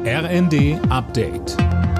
RND Update.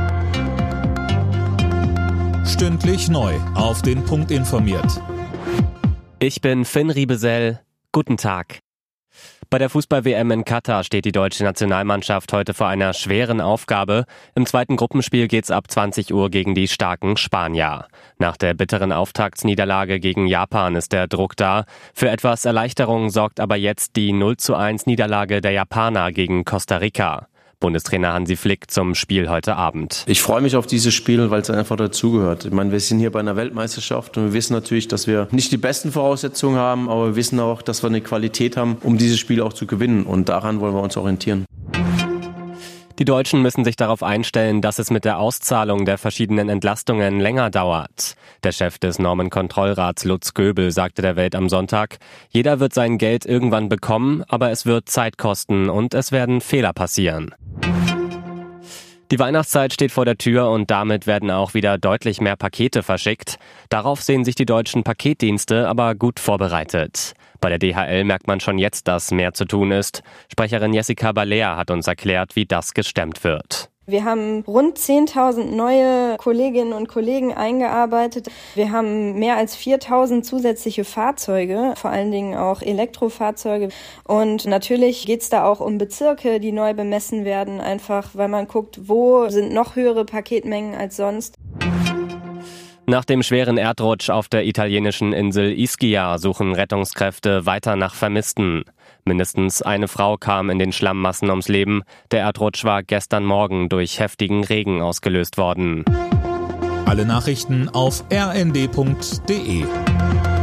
Stündlich neu auf den Punkt informiert. Ich bin Finn Riebesell. Guten Tag. Bei der Fußball-WM in Katar steht die deutsche Nationalmannschaft heute vor einer schweren Aufgabe. Im zweiten Gruppenspiel geht's ab 20 Uhr gegen die starken Spanier. Nach der bitteren Auftaktsniederlage gegen Japan ist der Druck da. Für etwas Erleichterung sorgt aber jetzt die 0:1 Niederlage der Japaner gegen Costa Rica. Bundestrainer Hansi Flick zum Spiel heute Abend. Ich freue mich auf dieses Spiel, weil es einfach dazugehört. Ich meine, wir sind hier bei einer Weltmeisterschaft und wir wissen natürlich, dass wir nicht die besten Voraussetzungen haben, aber wir wissen auch, dass wir eine Qualität haben, um dieses Spiel auch zu gewinnen. Und daran wollen wir uns orientieren. Die Deutschen müssen sich darauf einstellen, dass es mit der Auszahlung der verschiedenen Entlastungen länger dauert. Der Chef des Normenkontrollrats Lutz Göbel sagte der Welt am Sonntag, jeder wird sein Geld irgendwann bekommen, aber es wird Zeit kosten und es werden Fehler passieren. Die Weihnachtszeit steht vor der Tür und damit werden auch wieder deutlich mehr Pakete verschickt. Darauf sehen sich die deutschen Paketdienste aber gut vorbereitet. Bei der DHL merkt man schon jetzt, dass mehr zu tun ist. Sprecherin Jessica Balea hat uns erklärt, wie das gestemmt wird. Wir haben rund 10.000 neue Kolleginnen und Kollegen eingearbeitet. Wir haben mehr als 4.000 zusätzliche Fahrzeuge, vor allen Dingen auch Elektrofahrzeuge. Und natürlich geht's da auch um Bezirke, die neu bemessen werden, einfach weil man guckt, wo sind noch höhere Paketmengen als sonst. Nach dem schweren Erdrutsch auf der italienischen Insel Ischia suchen Rettungskräfte weiter nach Vermissten. Mindestens eine Frau kam in den Schlammmassen ums Leben. Der Erdrutsch war gestern Morgen durch heftigen Regen ausgelöst worden. Alle Nachrichten auf rnd.de.